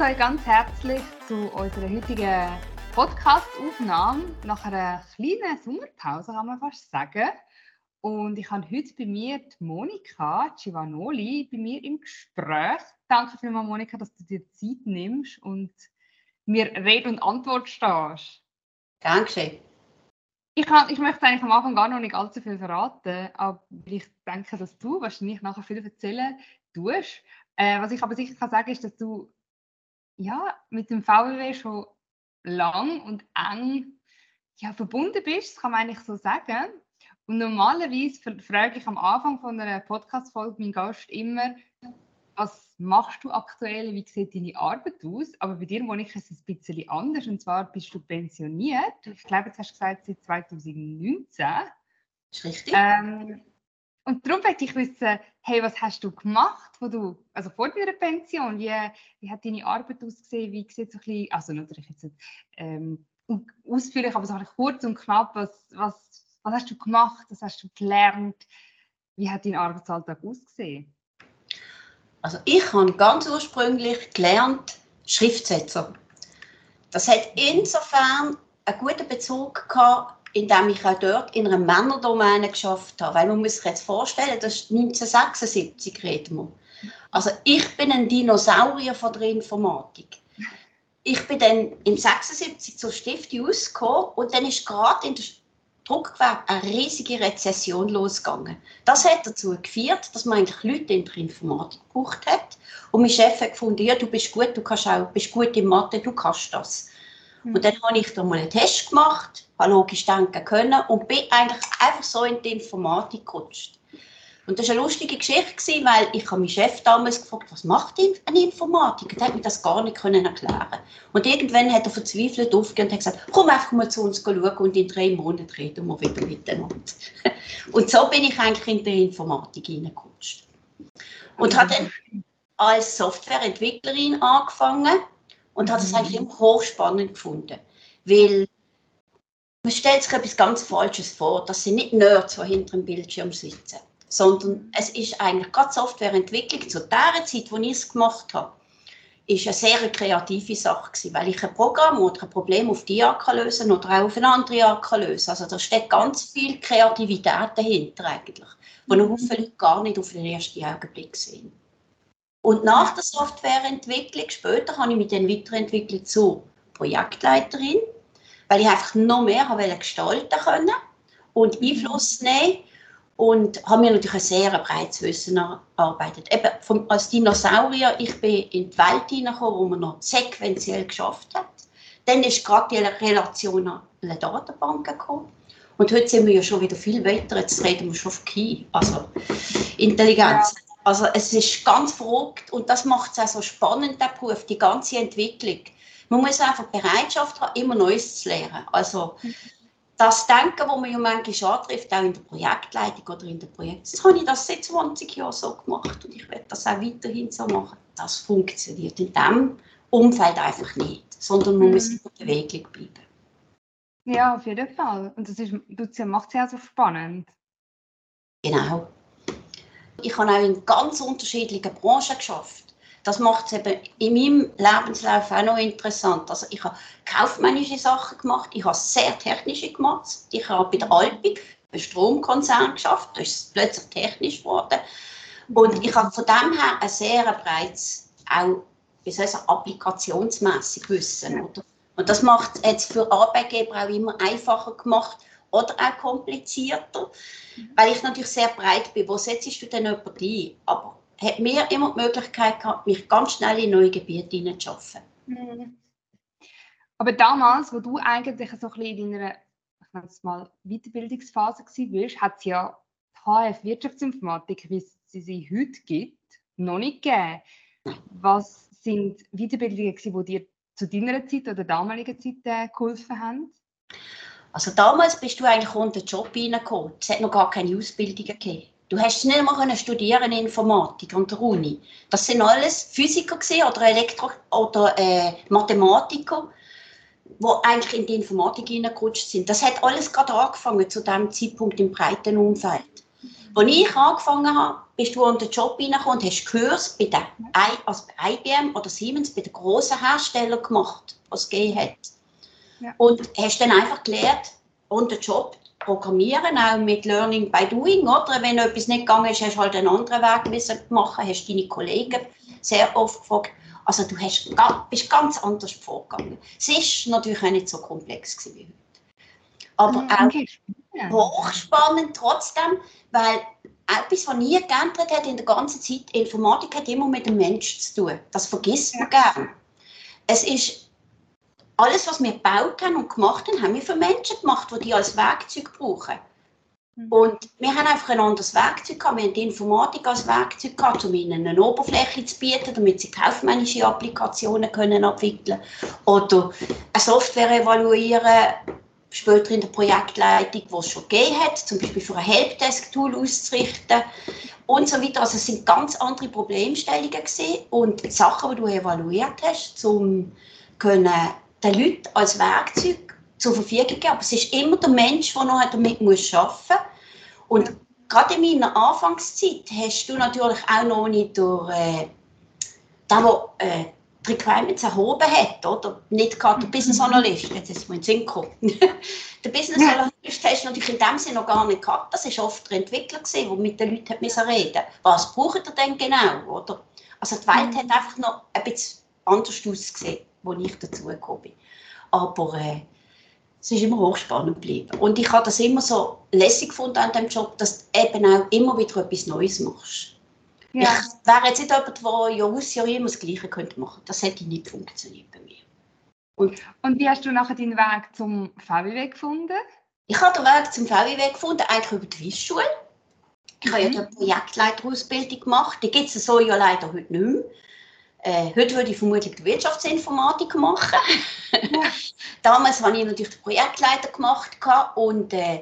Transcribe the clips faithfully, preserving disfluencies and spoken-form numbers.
euch ganz herzlich zu unserer heutigen Podcast-Aufnahme nach einer kleinen Sommerpause, kann man fast sagen. Und ich habe heute bei mir die Monika Civanoli bei mir im Gespräch. Danke vielmals, Monika, dass du dir Zeit nimmst und mir Rede und Antwort stehst. Dankeschön. Ich, kann, ich möchte eigentlich am Anfang gar noch nicht allzu viel verraten, aber ich denke, dass du wahrscheinlich nachher viel erzählen tust. Äh, was ich aber sicher kann sagen, ist, dass du ja, mit dem V W W schon lang und eng ja, verbunden bist, das kann man eigentlich so sagen. Und normalerweise frage ich am Anfang von einer Podcast-Folge meinen Gast immer, was machst du aktuell, wie sieht deine Arbeit aus? Aber bei dir, Monika, ist es ein bisschen anders. Und zwar bist du pensioniert. Ich glaube, jetzt hast du gesagt, seit zweitausendneunzehn. Das ist richtig. Ähm, und darum möchte ich wissen, hey, was hast du gemacht, wo du, also vor deiner Pension? Wie, wie hat deine Arbeit ausgesehen? Wie sieht so ein bisschen, also natürlich jetzt ähm, ausführlich, aber so ein bisschen kurz und knapp, was, was, was hast du gemacht? Was hast du gelernt? Wie hat dein Arbeitsalltag ausgesehen? Also ich habe ganz ursprünglich gelernt Schriftsetzer. Das hat insofern einen guten Bezug gehabt, indem ich auch dort in einer Männerdomäne geschafft habe. Weil man muss sich jetzt vorstellen, das ist neunzehnhundertsechsundsiebzig reden wir. Also ich bin ein Dinosaurier von der Informatik. Ich bin dann im sechsundsiebzig zur Stiftung ausgekommen und dann ist gerade in der Druckgewerbe eine riesige Rezession losgegangen. Das hat dazu geführt, dass man eigentlich Leute in der Informatik gebraucht hat. Und mein Chef hat gefunden, ja, du bist gut, du kannst auch, bist gut in Mathe, du kannst das. Mhm. Und dann habe ich da mal einen Test gemacht, habe logisch denken können und bin eigentlich einfach so in die Informatik gerutscht. Und das war eine lustige Geschichte, weil ich habe meinen Chef damals gefragt, was macht ein Informatiker? Der hat mir das gar nicht erklären. Und irgendwann hat er verzweifelt aufgehört und hat gesagt, komm einfach mal zu uns schauen und in drei Monaten reden wir wieder miteinander. Und so bin ich eigentlich in die Informatik hineingerutscht. Und habe dann als Softwareentwicklerin angefangen und habe das eigentlich immer hochspannend gefunden. Weil man stellt sich etwas ganz Falsches vor, dass sie nicht Nerds, die hinter dem Bildschirm sitzen. Sondern es ist eigentlich gerade Softwareentwicklung zu der Zeit, wo ich es gemacht habe, ist eine sehr kreative Sache gewesen, weil ich ein Programm oder ein Problem auf die Art kann lösen oder auch auf eine andere Art kann lösen. Also da steckt ganz viel Kreativität dahinter eigentlich, wo mhm. noch viele Leute gar nicht auf den ersten Augenblick sehen. Und nach der Softwareentwicklung, später habe ich mich dann weiterentwickelt zur Projektleiterin, weil ich einfach noch mehr habe gestalten können und Einfluss nehmen. Und habe mir natürlich ein sehr breites Wissen erarbeitet. Eben vom, als Dinosaurier, ich bin in die Welt hineingekommen, wo man noch sequenziell geschafft hat. Dann ist gerade die Relation an eine Datenbank gekommen. Und heute sind wir ja schon wieder viel weiter, jetzt reden wir schon von K I, also Intelligenz. Ja. Also es ist ganz verrückt und das macht es auch so spannend, der Beruf, die ganze Entwicklung. Man muss einfach Bereitschaft haben, immer Neues zu lernen. Also, das Denken, das man ja manchmal antrifft, auch in der Projektleitung oder in den Projekten, jetzt habe ich das seit zwanzig Jahren so gemacht und ich werde das auch weiterhin so machen. Das funktioniert in diesem Umfeld einfach nicht, sondern man mhm. muss in der Bewegung bleiben. Ja, auf jeden Fall. Und das, ist, das macht es ja so spannend. Genau. Ich habe auch in ganz unterschiedlichen Branchen geschafft. Das macht es eben in meinem Lebenslauf auch noch interessant. Also ich habe kaufmännische Sachen gemacht, ich habe sehr technische gemacht. Ich habe bei der Alpic, beim Stromkonzern geschafft, da ist es plötzlich technisch geworden. Und ich habe von dem her ein sehr breites, auch wie soll ich sagen, applikationsmässig Wissen. Oder? Und das macht es jetzt für Arbeitgeber auch immer einfacher gemacht oder auch komplizierter, weil ich natürlich sehr breit bin. Wo setzt du denn jemanden ein? Aber hat mir immer die Möglichkeit gehabt, mich ganz schnell in neue Gebiete hineinzuschaffen. Mhm. Aber damals, wo du eigentlich so ein bisschen in deiner, ich nenne es mal, Weiterbildungsphase warst, hat es ja die H F Wirtschaftsinformatik, wie es sie heute gibt, noch nicht gegeben. Was sind Weiterbildungen, die dir zu deiner Zeit oder damaligen Zeit äh, geholfen haben? Also damals bist du eigentlich unter den Job reingekommen. Es hat noch gar keine Ausbildungen gegeben. Du hast nicht mehr studieren in Informatik an der Uni. Das sind alles Physiker oder Elektro- oder äh, Mathematiker, die eigentlich in die Informatik hineingerutscht sind. Das hat alles gerade angefangen zu diesem Zeitpunkt im breiten Umfeld. Als ich angefangen habe, bist du an den Job reingekommen und hast Kurs bei, der, also bei I B M oder Siemens, bei den grossen Herstellern gemacht, was es gegeben hat. Ja. Und hast dann einfach gelernt, an den Job programmieren, auch mit Learning by Doing, oder? Wenn etwas nicht gegangen ist, hast du halt einen anderen Weg müssen machen, hast deine Kollegen sehr oft gefragt. Also du hast, bist ganz anders vorgegangen. Es war natürlich auch nicht so komplex wie heute. Aber okay. Auch hochspannend trotzdem, weil etwas, was nie geändert hat in der ganzen Zeit, Informatik hat immer mit dem Menschen zu tun. Das vergisst man ja. Gerne. Es ist alles, was wir gebaut haben und gemacht haben, haben wir für Menschen gemacht, die die als Werkzeug brauchen. Mhm. Und wir haben einfach ein anderes Werkzeug gehabt. Wir haben die Informatik als Werkzeug gehabt, um ihnen eine Oberfläche zu bieten, damit sie kaufmännische Applikationen können abwickeln oder eine Software evaluieren, später in der Projektleitung, die es schon gegeben hat, zum Beispiel für ein Helpdesk-Tool auszurichten und so weiter. Also es sind ganz andere Problemstellungen gewesen und Sachen, die du evaluiert hast, um können den Leuten als Werkzeug zur Verfügung geben. Aber es ist immer der Mensch, der noch damit muss arbeiten muss. Und ja. Gerade in meiner Anfangszeit hast du natürlich auch noch nicht durch äh, den, der äh, die Requirements erhoben hat, oder? Nicht gerade der Business Analyst, jetzt ist mein Sinn gekommen. Der Business Analyst hast du natürlich in dem Sinne noch gar nicht gehabt. Das war oft der Entwickler, der mit den Leuten reden musste. Was braucht er denn genau, oder? Also die Welt mhm. hat einfach noch ein bisschen anders ausgesehen, als ich dazugekommen bin. Aber äh, es ist immer hochspannend geblieben. Und ich habe das immer so lässig gefunden an diesem Job, dass du eben auch immer wieder etwas Neues machst. Ja. Ich wäre jetzt nicht jemand, der Jahr aus Jahr immer das Gleiche könnte machen. Das hätte nicht funktioniert bei mir. Und, Und wie hast du nachher deinen Weg zum V W W gefunden? Ich habe den Weg zum V W W gefunden, eigentlich über die Wyss-Schule. Ich mhm. habe ja die Projektleiterausbildung gemacht. Die gibt es so ja leider heute nicht mehr. Äh, heute würde ich vermutlich die Wirtschaftsinformatik machen. Ja. Damals habe ich natürlich den Projektleiter gemacht und äh,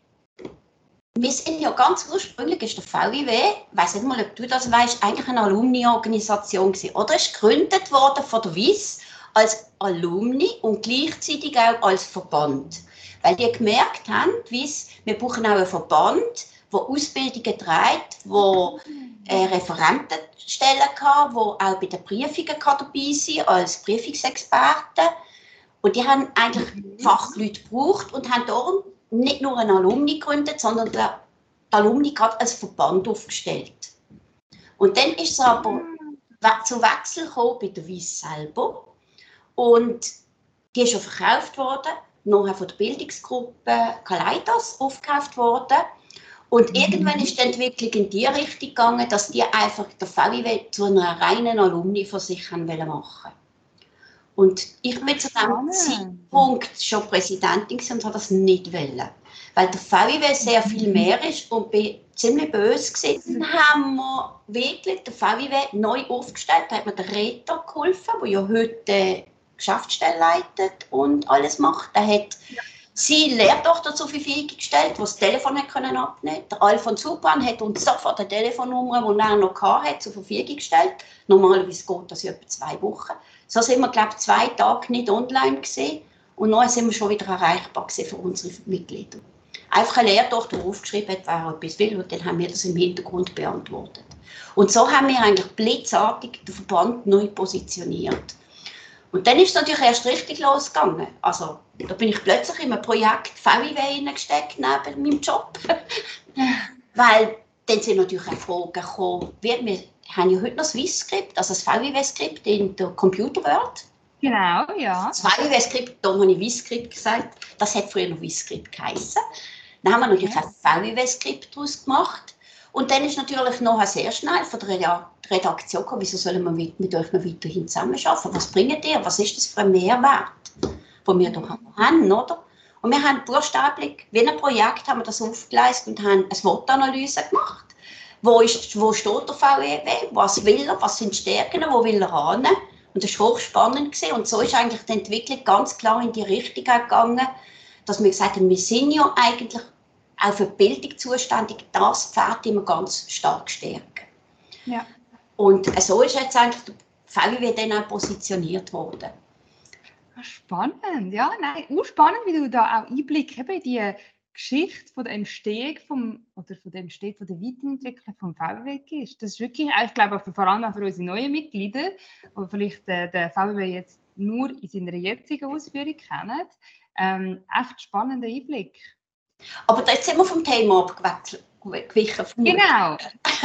wir sind ja ganz ursprünglich, ist der V W W, ich weiss nicht mal, ob du das weißt, eigentlich eine Alumni-Organisation gewesen, oder? Es ist gegründet worden von der Wyss als Alumni und gleichzeitig auch als Verband. Weil die gemerkt haben, die Wyss, wir brauchen auch einen Verband, der Ausbildungen trägt, der äh, Referentenstellen kann, der auch bei den Prüfungen kann dabei sein als Prüfungsexperten. Und die haben eigentlich mhm. Fachleute gebraucht und haben darum nicht nur einen Alumni gegründet, sondern der Alumni gerade als Verband aufgestellt. Und dann ist es aber zu Wechsel gekommen bei der Wyss selber. Und die ist schon verkauft worden, nachher von der Bildungsgruppe Kaleidos aufgekauft worden. Und mhm. irgendwann ist die Entwicklung in die Richtung gegangen, dass die einfach der V W W zu einer reinen Alumni von sich machen wollten. Und ich bin zu diesem Zeitpunkt schon Präsidentin und habe das nicht wollen. Weil der V W W sehr viel mehr ist und bin ziemlich böse gewesen. Dann haben wir wirklich den V W W neu aufgestellt. Da hat mir der Reto geholfen, der ja heute äh, Geschäftsstelle leitet und alles macht. Der hat seine Lehrtochter zur Verfügung gestellt, die das Telefon hat können abnehmen konnte. Der Alfons Zupan hat uns sofort eine Telefonnummer, die er noch hatte, zur Verfügung gestellt. Normalerweise geht das ja etwa zwei Wochen. So sind wir, glaube ich, zwei Tage nicht online gewesen. Und dann sind wir schon wieder erreichbar für unsere Mitglieder. Einfach eine Lehrtochter, die aufgeschrieben hat, wer etwas will, und dann haben wir das im Hintergrund beantwortet. Und so haben wir eigentlich blitzartig den Verband neu positioniert. Und dann ist es natürlich erst richtig losgegangen. Also, da bin ich plötzlich in ein Projekt V W W hineingesteckt, neben meinem Job. Weil dann sind natürlich auch Fragen gekommen. Wir, wir haben ja heute noch das Wyss-Skript, also das V W W-Skript in der Computerwelt. Genau, ja. Das V W W-Skript, da habe ich Wyss-Skript gesagt, das hat früher noch Wyss-Skript geheißen. Dann haben wir natürlich okay. ein V W W-Skript daraus gemacht. Und dann ist natürlich noch sehr schnell von der Redaktion gekommen, wieso sollen wir mit, mit euch noch weiterhin zusammenarbeiten? Was bringt ihr? Was ist das für ein Mehrwert, den wir hier haben, oder? Und wir haben buchstäblich, wie ein Projekt, haben wir das aufgeleistet und haben eine SWOT-Analyse gemacht. Wo, ist, wo steht der V W W? Was will er? Was sind die Stärken? Wo will er hin? Und das war hochspannend gewesen. Und so ist eigentlich die Entwicklung ganz klar in die Richtung gegangen, dass wir gesagt haben, wir sind ja eigentlich auch für die Bildung zuständig, das Pferd immer ganz stark stärken. Ja. Und so ist jetzt eigentlich der V W W dann auch positioniert worden. Spannend, ja, nein, auch spannend, wie du da auch Einblick eben in die Geschichte von der Entstehung vom, oder von der Entstehung von der Weiterentwicklung vom V W W ist. Das ist wirklich, ich glaube vor allem auch für unsere neuen Mitglieder, die vielleicht äh, den V W W jetzt nur in seiner jetzigen Ausführung kennen, ähm, echt spannender Einblick. Aber da jetzt sind wir vom Thema abgewichen. Genau.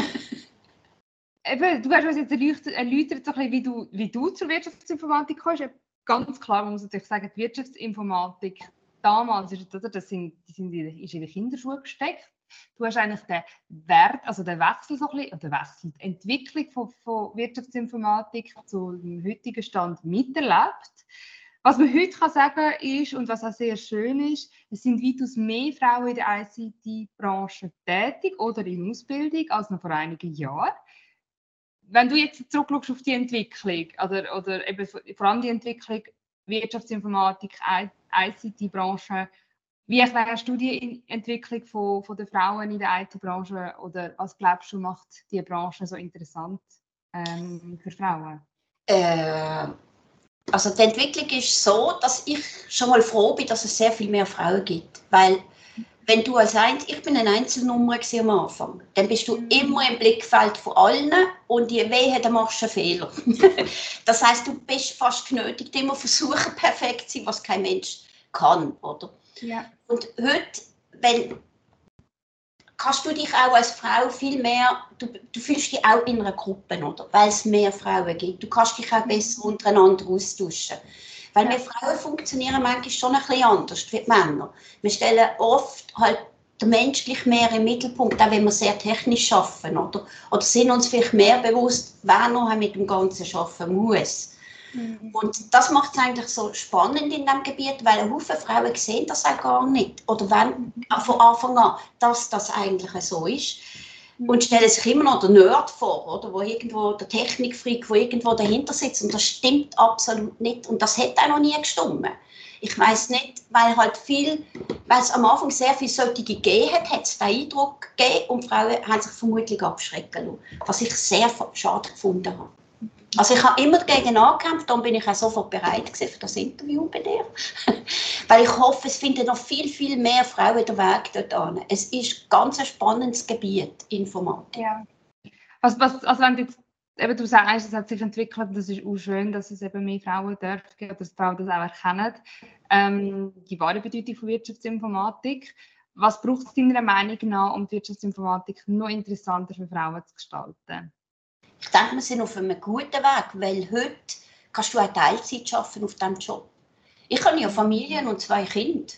Eben, du hast uns jetzt erläutert, erläutert so ein bisschen, wie, du, wie du zur Wirtschaftsinformatik kommst. Ganz klar, man muss natürlich sagen, die Wirtschaftsinformatik damals ist, oder, das sind, die sind in, ist in den Kinderschuhen gesteckt. Du hast eigentlich den Wert, also den Wechsel, so ein bisschen, oder Wechsel, die Entwicklung von, von Wirtschaftsinformatik zum heutigen Stand miterlebt. Was man heute kann sagen ist, und was auch sehr schön ist, es sind weitaus mehr Frauen in der I C T-Branche tätig oder in Ausbildung als noch vor einigen Jahren. Wenn du jetzt zurückschaust auf die Entwicklung, oder, oder eben vor allem die Entwicklung Wirtschaftsinformatik, I C T-Branche, wie erklärst du die Entwicklung von, von den Frauen in der I T-Branche oder was glaubst du, macht die Branche so interessant ähm, für Frauen? Äh, also die Entwicklung ist so, dass ich schon mal froh bin, dass es sehr viel mehr Frauen gibt, weil wenn du als Einzel, ich bin eine Einzelnummer am Anfang, dann bist du immer im Blickfeld von allen und je wehe, dann machst du einen Fehler. Das heisst, du bist fast genötigt, immer versuchen, perfekt zu sein, was kein Mensch kann, oder? Ja. Und heute, wenn, kannst du dich auch als Frau viel mehr, du, du fühlst dich auch in einer Gruppe, oder? Weil es mehr Frauen gibt. Du kannst dich auch besser untereinander austauschen. Weil wir Frauen funktionieren manchmal schon ein bisschen anders wie die Männer. Wir stellen oft halt den Mensch gleich mehr im Mittelpunkt, auch wenn wir sehr technisch arbeiten. Oder, oder sind uns vielleicht mehr bewusst, wer noch mit dem Ganzen arbeiten muss. Mhm. Und das macht es eigentlich so spannend in diesem Gebiet, weil ein Haufen Frauen sehen das auch gar nicht. Oder wenn von Anfang an, dass das eigentlich so ist. Und stellen sich immer noch den Nerd vor, oder, wo irgendwo der Technikfreak, wo irgendwo dahinter sitzt. Und das stimmt absolut nicht. Und das hätte auch noch nie gestimmt. Ich weiss nicht, weil halt viel, weil es am Anfang sehr viele solche gegeben hat, hat es den Eindruck gegeben und Frauen haben sich vermutlich abschrecken lassen. Was ich sehr schade gefunden habe. Also ich habe immer dagegen angekämpft, darum bin ich auch sofort bereit für das Interview bei dir. Weil ich hoffe, es finden noch viel, viel mehr Frauen den Weg dort an. Es ist ganz ein spannendes Gebiet, Informatik. Ja. Also, was, also wenn du jetzt, eben du sagst, es hat sich entwickelt, das ist auch schön, dass es eben mehr Frauen dort gibt, dass Frauen das auch erkennen, ähm, die wahre Bedeutung von Wirtschaftsinformatik. Was braucht es deiner Meinung nach, um die Wirtschaftsinformatik noch interessanter für Frauen zu gestalten? Ich denke, wir sind auf einem guten Weg, weil heute kannst du auch Teilzeit arbeiten auf diesem Job. Ich habe ja Familien und zwei Kinder.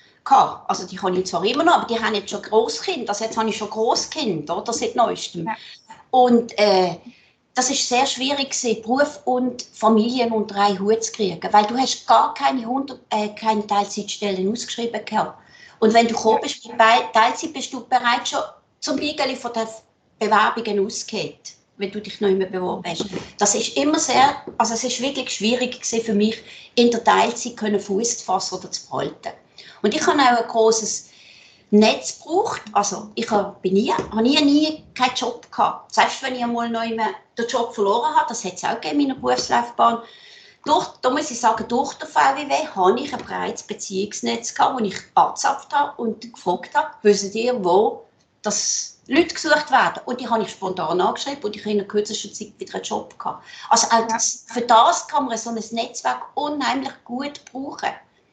Also die habe ich zwar immer noch, aber die haben jetzt schon Grosskinder. Also jetzt habe ich schon Grosskinder, oder, seit Neuestem. Ja. Und äh, das ist sehr schwierig gewesen, Beruf und Familien unter einen Hut zu kriegen, weil du hast gar keine, hundert, äh, keine Teilzeitstellen ausgeschrieben gehabt. Und wenn du gekommen bist bei Teilzeit, bist du bereits schon zum Beispiel von den Bewerbungen ausgeht, wenn du dich noch immer beworben hast. Das ist immer sehr, also es ist wirklich schwierig gewesen für mich, in der Teilzeit Fuß zu fassen oder zu behalten. Und ich habe auch ein grosses Netz gebraucht. Also ich habe nie, habe nie, nie keinen Job gehabt. Selbst wenn ich einmal noch immer den Job verloren habe, das hat es auch gegeben in meiner Berufslaufbahn. Durch, da muss ich sagen, durch den V W W habe ich ein breites Beziehungsnetz gehabt, wo ich angezapft habe und gefragt habe, wissen ihr, wo das Leute gesucht werden? Und die habe ich spontan angeschrieben und ich habe in der kürzesten Zeit wieder einen Job gehabt. Also auch das, für das kann man so ein Netzwerk unheimlich gut brauchen.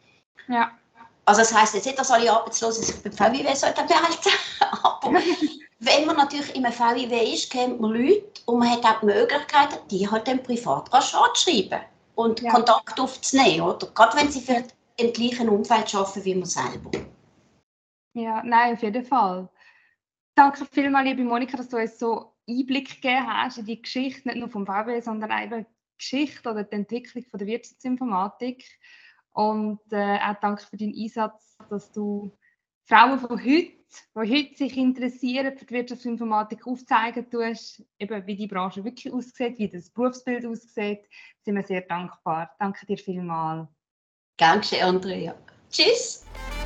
Ja. Also das heisst jetzt nicht, dass alle Arbeitslosen sich beim V W W melden sollten, aber wenn man natürlich im V W W ist, kennt man Leute und man hat auch die Möglichkeit, die halt dann privat anzuschreiben und ja. Kontakt aufzunehmen, oder? Gerade wenn sie vielleicht im gleichen Umfeld arbeiten wie man selber. Ja, nein, auf jeden Fall. Danke vielmals, liebe Monika, dass du uns so Einblick gegeben hast in die Geschichte, nicht nur vom V W W, sondern auch die Geschichte oder die Entwicklung von der Wirtschaftsinformatik. Und äh, auch danke für deinen Einsatz, dass du Frauen von heute, die heute sich interessieren für die Wirtschaftsinformatik, aufzeigen tust, eben wie die Branche wirklich aussieht, wie das Berufsbild aussieht. Sind wir sehr dankbar. Danke dir vielmals. Danke, Andrea. Tschüss.